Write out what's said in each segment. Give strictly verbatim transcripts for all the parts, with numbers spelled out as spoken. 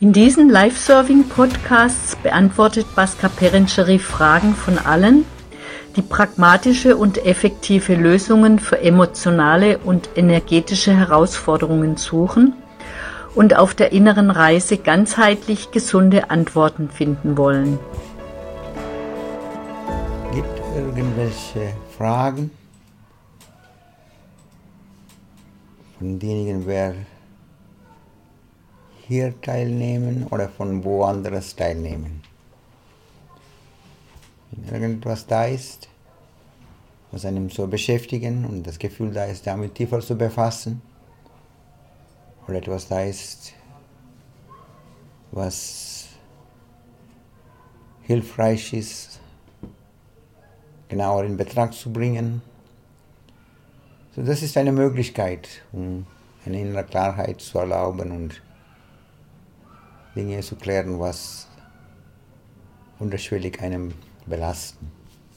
In diesen Live-Serving-Podcasts beantwortet Bhaskar Perenchery Fragen von allen, die pragmatische und effektive Lösungen für emotionale und energetische Herausforderungen suchen und auf der inneren Reise ganzheitlich gesunde Antworten finden wollen. Gibt es irgendwelche Fragen von denjenigen, wer hier teilnehmen oder von woanders teilnehmen? Wenn irgendwas da ist, was einem so beschäftigen und das Gefühl da ist, damit tiefer zu befassen, oder etwas da ist, was hilfreich ist, genauer in Betracht zu bringen. So, das ist eine Möglichkeit, um eine innere Klarheit zu erlauben und Dinge zu klären, was unterschwellig einem belasten.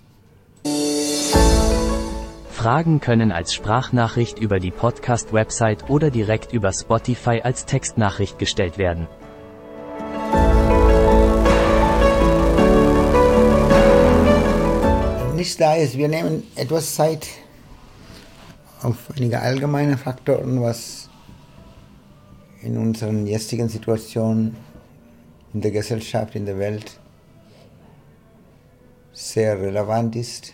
Fragen können als Sprachnachricht über die Podcast-Website oder direkt über Spotify als Textnachricht gestellt werden. Nichts da ist, wir nehmen etwas Zeit auf einige allgemeine Faktoren, was in unserer jetzigen Situation in der Gesellschaft, in der Welt sehr relevant ist,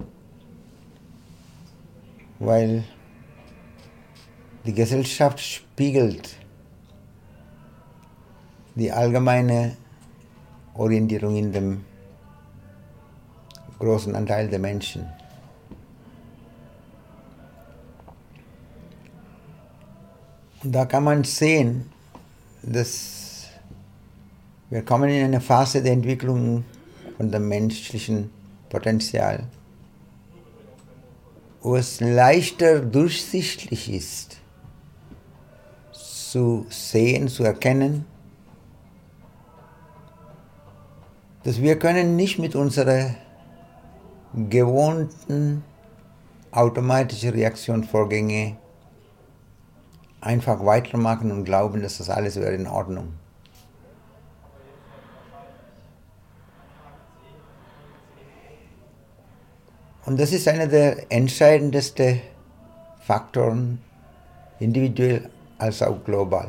weil die Gesellschaft spiegelt die allgemeine Orientierung in dem großen Anteil der Menschen. Und da kann man sehen, dass wir kommen in eine Phase der Entwicklung von dem menschlichen Potenzial, wo es leichter durchsichtig ist, zu sehen, zu erkennen, dass wir können nicht mit unserer gewohnten automatischen Reaktionsvorgänge einfach weitermachen und glauben, dass das alles wäre in Ordnung. Und das ist einer der entscheidendsten Faktoren, individuell als auch global.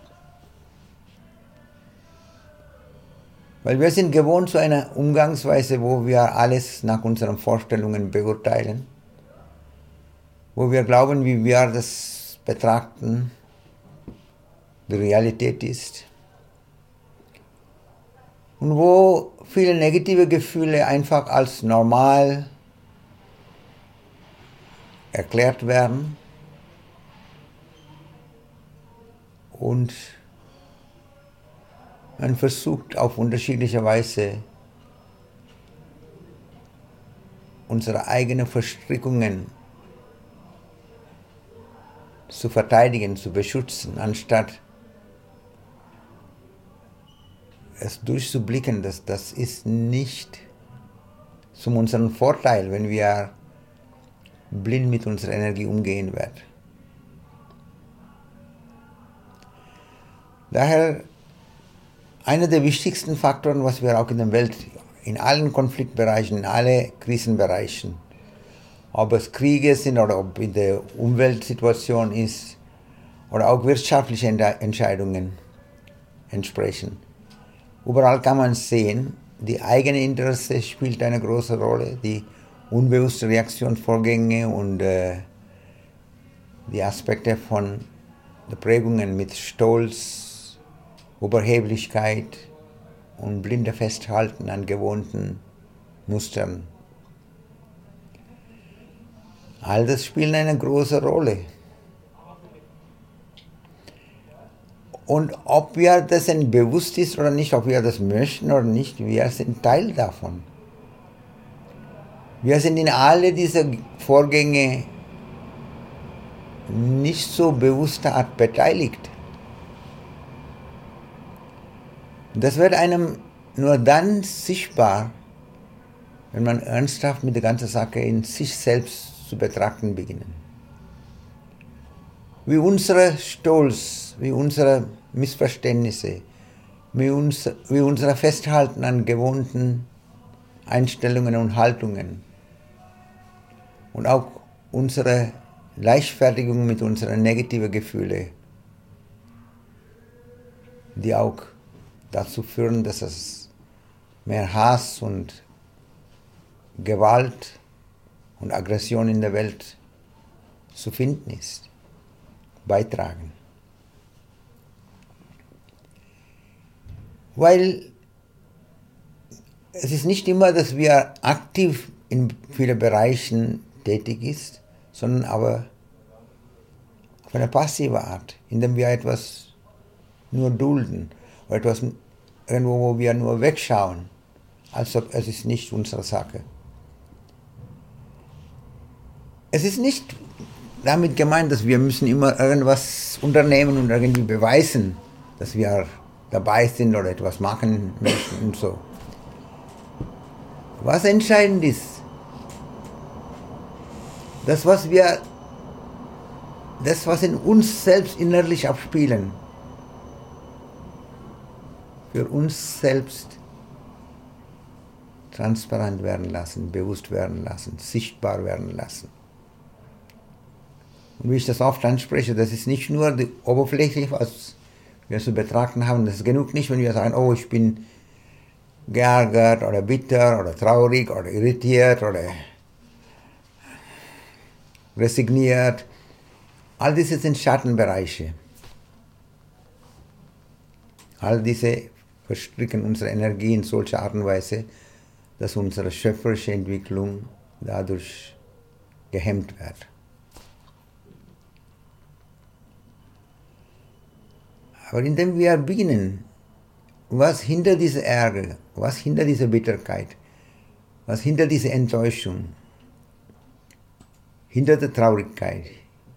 Weil wir sind gewohnt zu einer Umgangsweise, wo wir alles nach unseren Vorstellungen beurteilen, wo wir glauben, wie wir das betrachten, die Realität ist. Und wo viele negative Gefühle einfach als normal erklärt werden und man versucht auf unterschiedliche Weise unsere eigenen Verstrickungen zu verteidigen, zu beschützen, anstatt es durchzublicken, dass das ist nicht zu unserem Vorteil, wenn wir blind mit unserer Energie umgehen werden. Daher einer der wichtigsten Faktoren, was wir auch in der Welt, in allen Konfliktbereichen, in allen Krisenbereichen, ob es Kriege sind oder ob in der Umweltsituation ist oder auch wirtschaftliche Entscheidungen entsprechen. Überall kann man sehen, die eigene Interesse spielt eine große Rolle, die unbewusste Reaktionsvorgänge und äh, die Aspekte von der Prägungen mit Stolz, Überheblichkeit und blinde Festhalten an gewohnten Mustern. All das spielt eine große Rolle. Und ob wir das denn bewusst ist oder nicht, ob wir das möchten oder nicht, wir sind Teil davon. Wir sind in alle diese Vorgänge nicht so bewusster Art beteiligt. Das wird einem nur dann sichtbar, wenn man ernsthaft mit der ganzen Sache in sich selbst zu betrachten beginnen. Wie unsere Stolz, wie unsere Missverständnisse, wie, uns, wie unser Festhalten an gewohnten Einstellungen und Haltungen und auch unsere Leichtfertigung mit unseren negativen Gefühlen, die auch dazu führen, dass es mehr Hass und Gewalt und Aggression in der Welt zu finden ist, beitragen. Weil es ist nicht immer, dass wir aktiv in vielen Bereichen tätig sind, sondern aber auf eine passive Art, indem wir etwas nur dulden oder etwas irgendwo, wo wir nur wegschauen, als ob es ist nicht unsere Sache. Es ist nicht damit gemeint, dass wir müssen immer irgendwas unternehmen und irgendwie beweisen, dass wir dabei sind oder etwas machen möchten und so. Was entscheidend ist, das, was wir, das, was in uns selbst innerlich abspielen, für uns selbst transparent werden lassen, bewusst werden lassen, sichtbar werden lassen. Und wie ich das oft anspreche, das ist nicht nur die Oberfläche, was wir zu betrachten haben, das ist genug nicht, wenn wir sagen, oh, ich bin geärgert oder bitter oder traurig oder irritiert oder resigniert. All diese sind Schattenbereiche. All diese verstricken unsere Energie in solcher Art und Weise, dass unsere schöpferische Entwicklung dadurch gehemmt wird. Aber indem wir beginnen, was hinter dieser Ärger, was hinter dieser Bitterkeit, was hinter dieser Enttäuschung, hinter der Traurigkeit,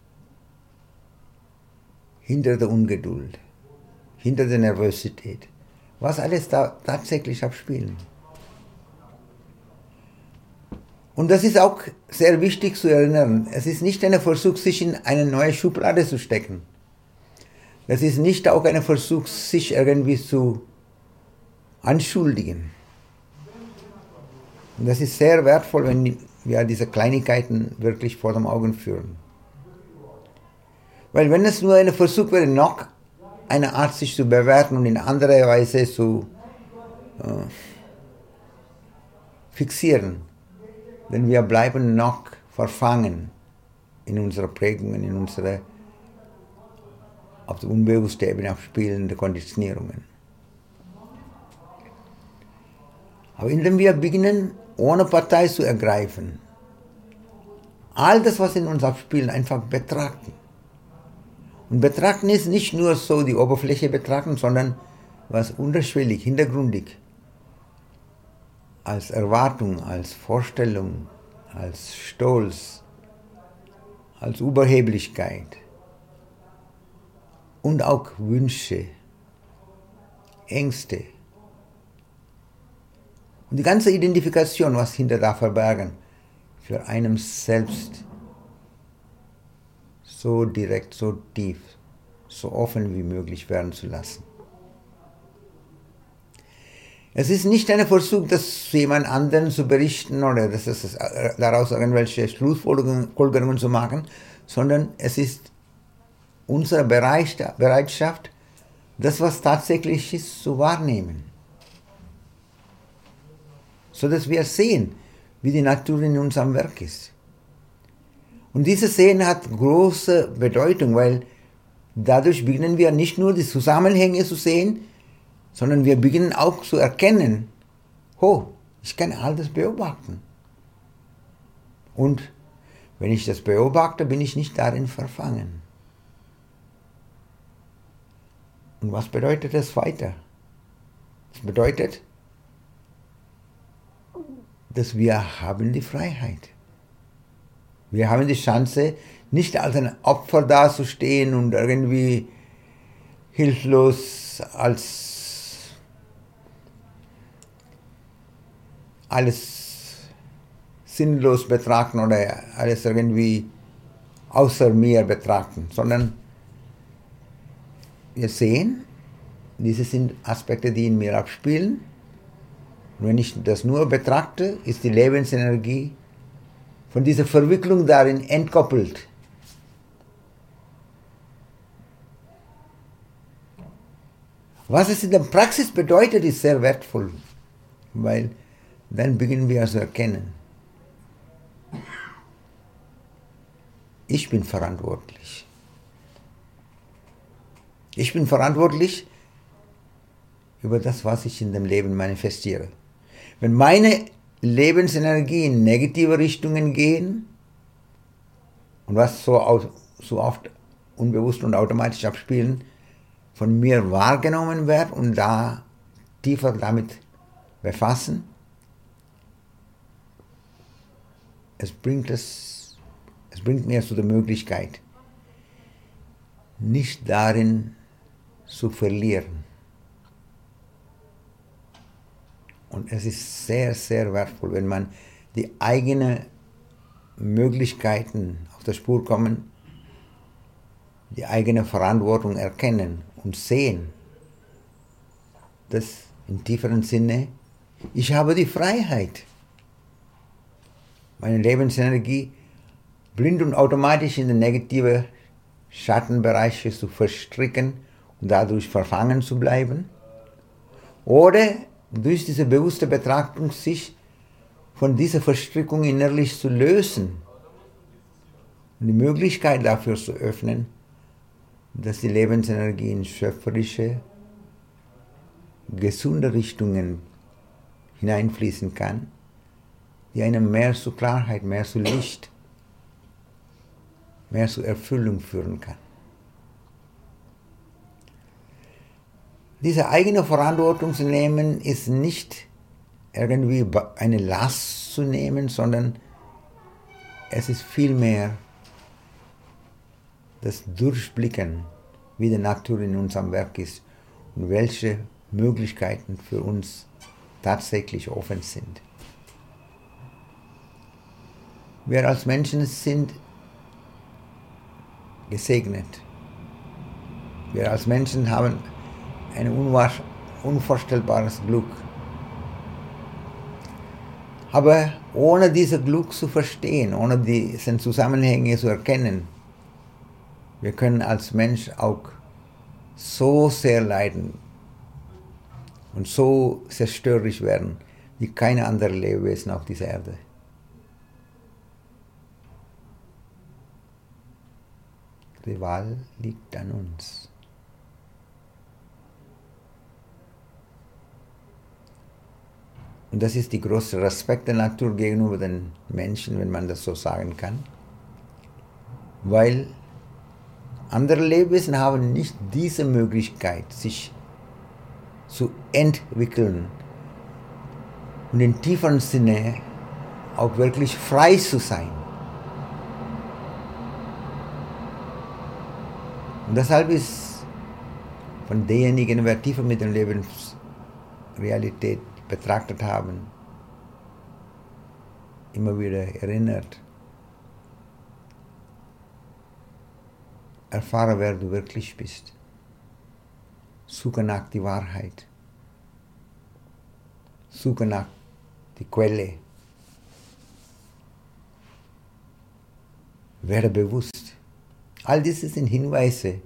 hinter der Ungeduld, hinter der Nervosität, was alles da tatsächlich abspielen. Und das ist auch sehr wichtig zu erinnern. Es ist nicht ein Versuch, sich in eine neue Schublade zu stecken. Das ist nicht auch ein Versuch, sich irgendwie zu anschuldigen. Und das ist sehr wertvoll, wenn wir diese Kleinigkeiten wirklich vor den Augen führen. Weil wenn es nur ein Versuch wäre, noch eine Art sich zu bewerten und in anderer Weise zu äh, fixieren, denn wir bleiben noch verfangen in unsere Prägungen, in unsere auf der unbewussten Ebene abspielende Konditionierungen. Aber indem wir beginnen, ohne Partei zu ergreifen, all das, was in uns abspielt, einfach betrachten. Und betrachten ist nicht nur so die Oberfläche betrachten, sondern was unterschwellig, hintergründig, als Erwartung, als Vorstellung, als Stolz, als Überheblichkeit und auch Wünsche, Ängste. Und die ganze Identifikation, was hinter da verbergen, für einen selbst so direkt, so tief, so offen wie möglich werden zu lassen. Es ist nicht ein Versuch, das jemand anderen zu berichten oder dass es daraus irgendwelche Schlussfolgerungen zu machen, sondern es ist unsere Bereitschaft, das, was tatsächlich ist, zu wahrnehmen. So dass wir sehen, wie die Natur in uns am Werk ist. Und dieses Sehen hat große Bedeutung, weil dadurch beginnen wir nicht nur die Zusammenhänge zu sehen, sondern wir beginnen auch zu erkennen, oh, ich kann all das beobachten. Und wenn ich das beobachte, bin ich nicht darin verfangen. Und was bedeutet das weiter? Das bedeutet, dass wir haben die Freiheit. Wir haben die Chance, nicht als ein Opfer dazustehen und irgendwie hilflos als alles sinnlos betrachten oder alles irgendwie außer mir betrachten, sondern wir sehen Diese sind Aspekte, die in mir abspielen. Und wenn ich das nur betrachte, ist die Lebensenergie von dieser Verwicklung darin entkoppelt. Was es in der Praxis bedeutet, ist sehr wertvoll, weil dann beginnen wir zu erkennen. Ich bin verantwortlich. Ich bin verantwortlich über das, was ich in dem Leben manifestiere. Wenn meine Lebensenergie in negative Richtungen gehen und was so, so oft unbewusst und automatisch abspielen, von mir wahrgenommen wird und da tiefer damit befassen, es bringt, es, es bringt mir zu der Möglichkeit, nicht darin zu verlieren. Und es ist sehr, sehr wertvoll, wenn man die eigenen Möglichkeiten auf der Spur kommen, die eigene Verantwortung erkennen und sehen, dass im tieferen Sinne, ich habe die Freiheit, meine Lebensenergie blind und automatisch in den negativen Schattenbereiche zu verstricken und dadurch verfangen zu bleiben, oder durch diese bewusste Betrachtung sich von dieser Verstrickung innerlich zu lösen und die Möglichkeit dafür zu öffnen, dass die Lebensenergie in schöpferische, gesunde Richtungen hineinfließen kann, die einem mehr zu Klarheit, mehr zu Licht, mehr zu Erfüllung führen kann. Diese eigene Verantwortung zu nehmen, ist nicht irgendwie eine Last zu nehmen, sondern es ist vielmehr das Durchblicken, wie die Natur in uns am Werk ist und welche Möglichkeiten für uns tatsächlich offen sind. Wir als Menschen sind gesegnet. Wir als Menschen haben ein unvorstellbares Glück. Aber ohne dieses Glück zu verstehen, ohne diese Zusammenhänge zu erkennen, wir können als Mensch auch so sehr leiden und so zerstörerisch werden, wie keine andere Lebewesen auf dieser Erde. Die Wahl liegt an uns. Und das ist der große Respekt der Natur gegenüber den Menschen, wenn man das so sagen kann. Weil andere Lebewesen haben nicht diese Möglichkeit, sich zu entwickeln und im tieferen Sinne auch wirklich frei zu sein. Und deshalb ist von denjenigen, die tiefer mit der Lebensrealität betrachtet haben, immer wieder erinnert, erfahre, wer du wirklich bist. Suche nach die Wahrheit. Suche nach die Quelle. Werde bewusst. All das sind Hinweise,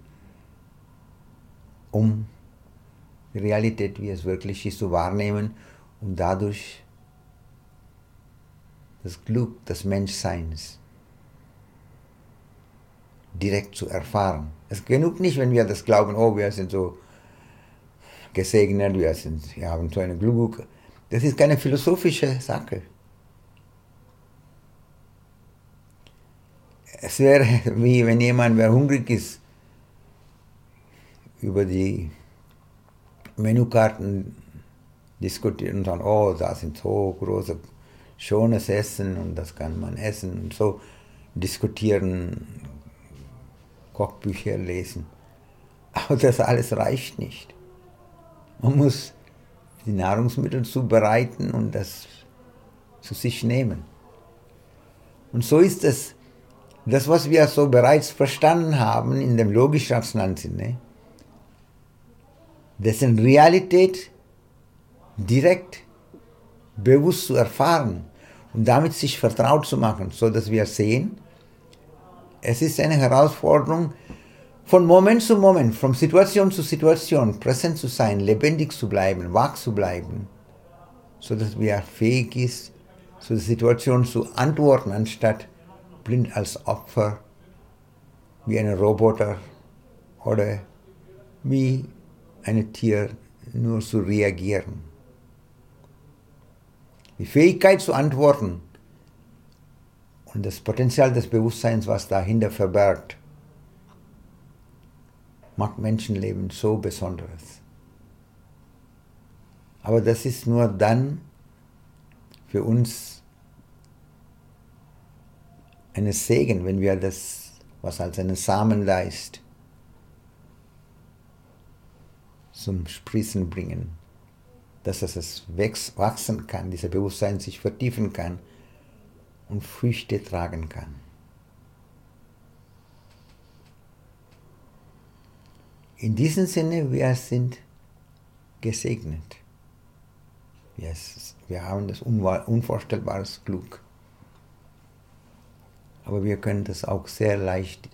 um die Realität, wie es wirklich ist, zu wahrnehmen und dadurch das Glück des Menschseins direkt zu erfahren. Es genug nicht, wenn wir das glauben, oh, wir sind so gesegnet, wir, sind, wir haben so ein Glück. Das ist keine philosophische Sache. Es wäre wie wenn jemand, wer hungrig ist, über die Menükarten diskutiert und sagt, oh, da sind so große, schönes Essen und das kann man essen und so diskutieren, Kochbücher lesen. Aber das alles reicht nicht. Man muss die Nahrungsmittel zubereiten und das zu sich nehmen. Und so ist es, das, was wir so bereits verstanden haben in dem logisch-rationalen Sinne, dessen Realität direkt bewusst zu erfahren und damit sich vertraut zu machen, so dass wir sehen, es ist eine Herausforderung, von Moment zu Moment, von Situation zu Situation präsent zu sein, lebendig zu bleiben, wach zu bleiben, so dass wir fähig ist, zu der Situation zu antworten, anstatt blind als Opfer, wie ein Roboter oder wie ein Tier nur zu reagieren. Die Fähigkeit zu antworten und das Potenzial des Bewusstseins, was dahinter verbergt, macht Menschenleben so Besonderes. Aber das ist nur dann für uns ein Segen, wenn wir das, was als einen Samen da ist, zum Sprießen bringen, dass es wachsen kann, dieser Bewusstsein sich vertiefen kann und Früchte tragen kann. In diesem Sinne, wir sind gesegnet. Yes, wir haben das unvorstellbares Glück. Aber wir können das auch sehr leicht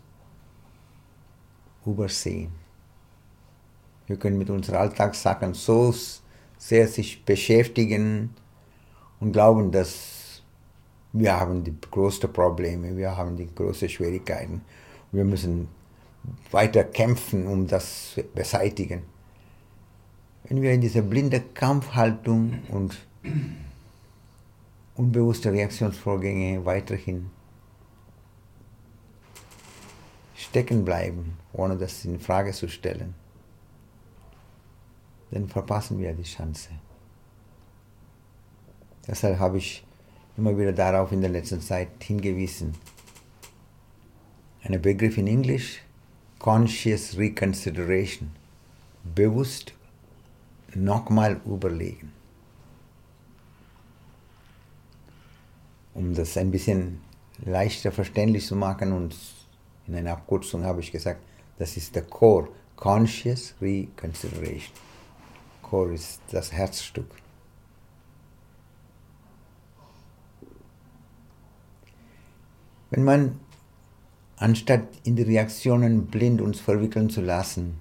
übersehen. Wir können mit unseren Alltagssachen so sehr sich beschäftigen und glauben, dass wir haben die größten Probleme, wir haben die größten Schwierigkeiten. Wir müssen weiter kämpfen, um das zu beseitigen. Wenn wir in dieser blinden Kampfhaltung und unbewusste Reaktionsvorgänge weiterhin stecken bleiben, ohne das in Frage zu stellen, dann verpassen wir die Chance. Deshalb habe ich immer wieder darauf in der letzten Zeit hingewiesen. Ein Begriff in Englisch, Conscious Reconsideration, bewusst nochmal überlegen. Um das ein bisschen leichter verständlich zu machen und in einer Abkürzung habe ich gesagt, das ist der Core, Conscious Reconsideration. Core ist das Herzstück. Wenn man, anstatt in die Reaktionen blind uns verwickeln zu lassen,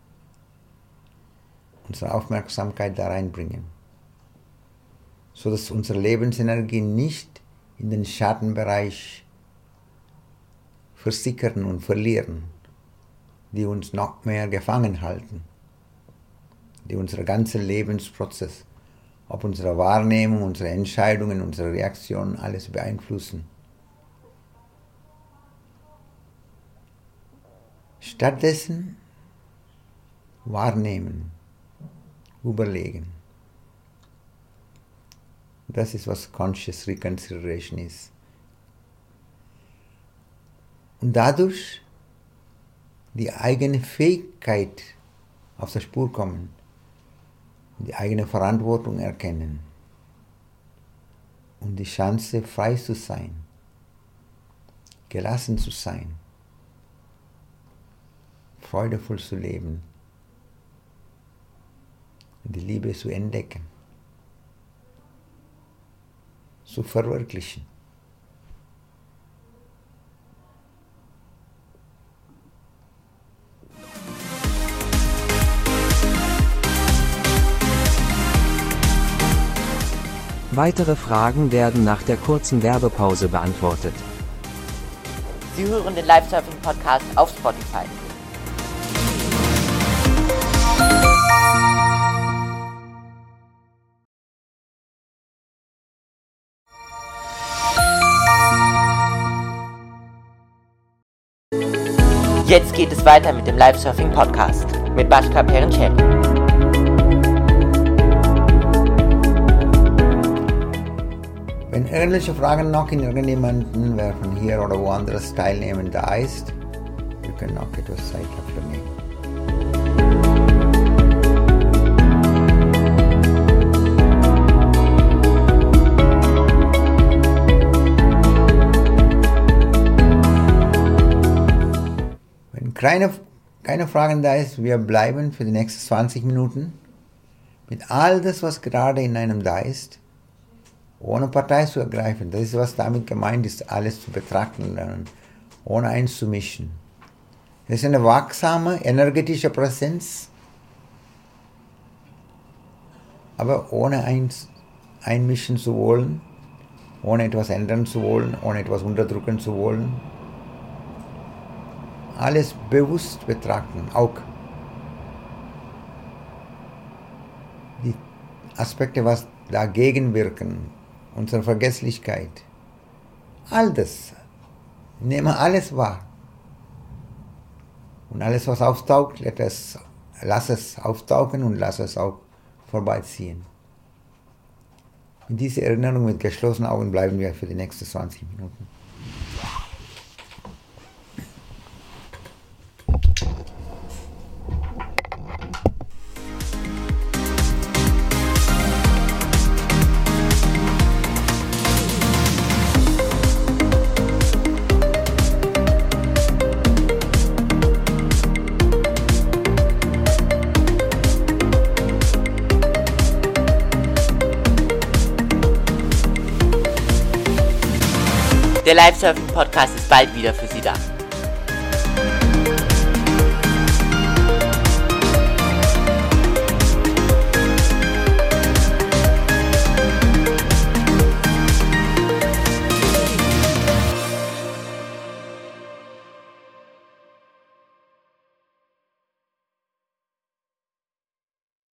unsere Aufmerksamkeit da reinbringen, sodass unsere Lebensenergie nicht in den Schattenbereich versickern und verlieren, die uns noch mehr gefangen halten, die unseren ganzen Lebensprozess, ob unsere Wahrnehmung, unsere Entscheidungen, unsere Reaktionen, alles beeinflussen. Stattdessen wahrnehmen, überlegen. Das ist, was Conscious Reconsideration ist. Und dadurch die eigene Fähigkeit auf der Spur kommen, die eigene Verantwortung erkennen und die Chance, frei zu sein, gelassen zu sein, freudevoll zu leben und die Liebe zu entdecken, zu verwirklichen. Weitere Fragen werden nach der kurzen Werbepause beantwortet. Sie hören den Live-Surfing-Podcast auf Spotify. Jetzt geht es weiter mit dem Live-Surfing-Podcast mit Bhaskar Perencheri. Wenn irgendwelche Fragen noch in irgendjemanden, wer von hier oder woanders teilnehmen da ist, wir können auch etwas Zeit dafür nehmen. Wenn keine keine Fragen da ist, wir bleiben für die nächsten zwanzig Minuten mit all das, was gerade in einem da ist, ohne Partei zu ergreifen. Das ist, was damit gemeint ist, alles zu betrachten lernen, ohne einzumischen. Das ist eine wachsame, energetische Präsenz, aber ohne eins, einmischen zu wollen, ohne etwas ändern zu wollen, ohne etwas unterdrücken zu wollen. Alles bewusst betrachten, auch die Aspekte, was dagegen wirken, unsere Vergesslichkeit. All das, nehme alles wahr. Und alles, was auftaucht, let es, lass es auftauchen und lass es auch vorbeiziehen. In dieser Erinnerung mit geschlossenen Augen bleiben wir für die nächsten zwanzig Minuten. Der Live-Surfing-Podcast ist bald wieder für Sie da.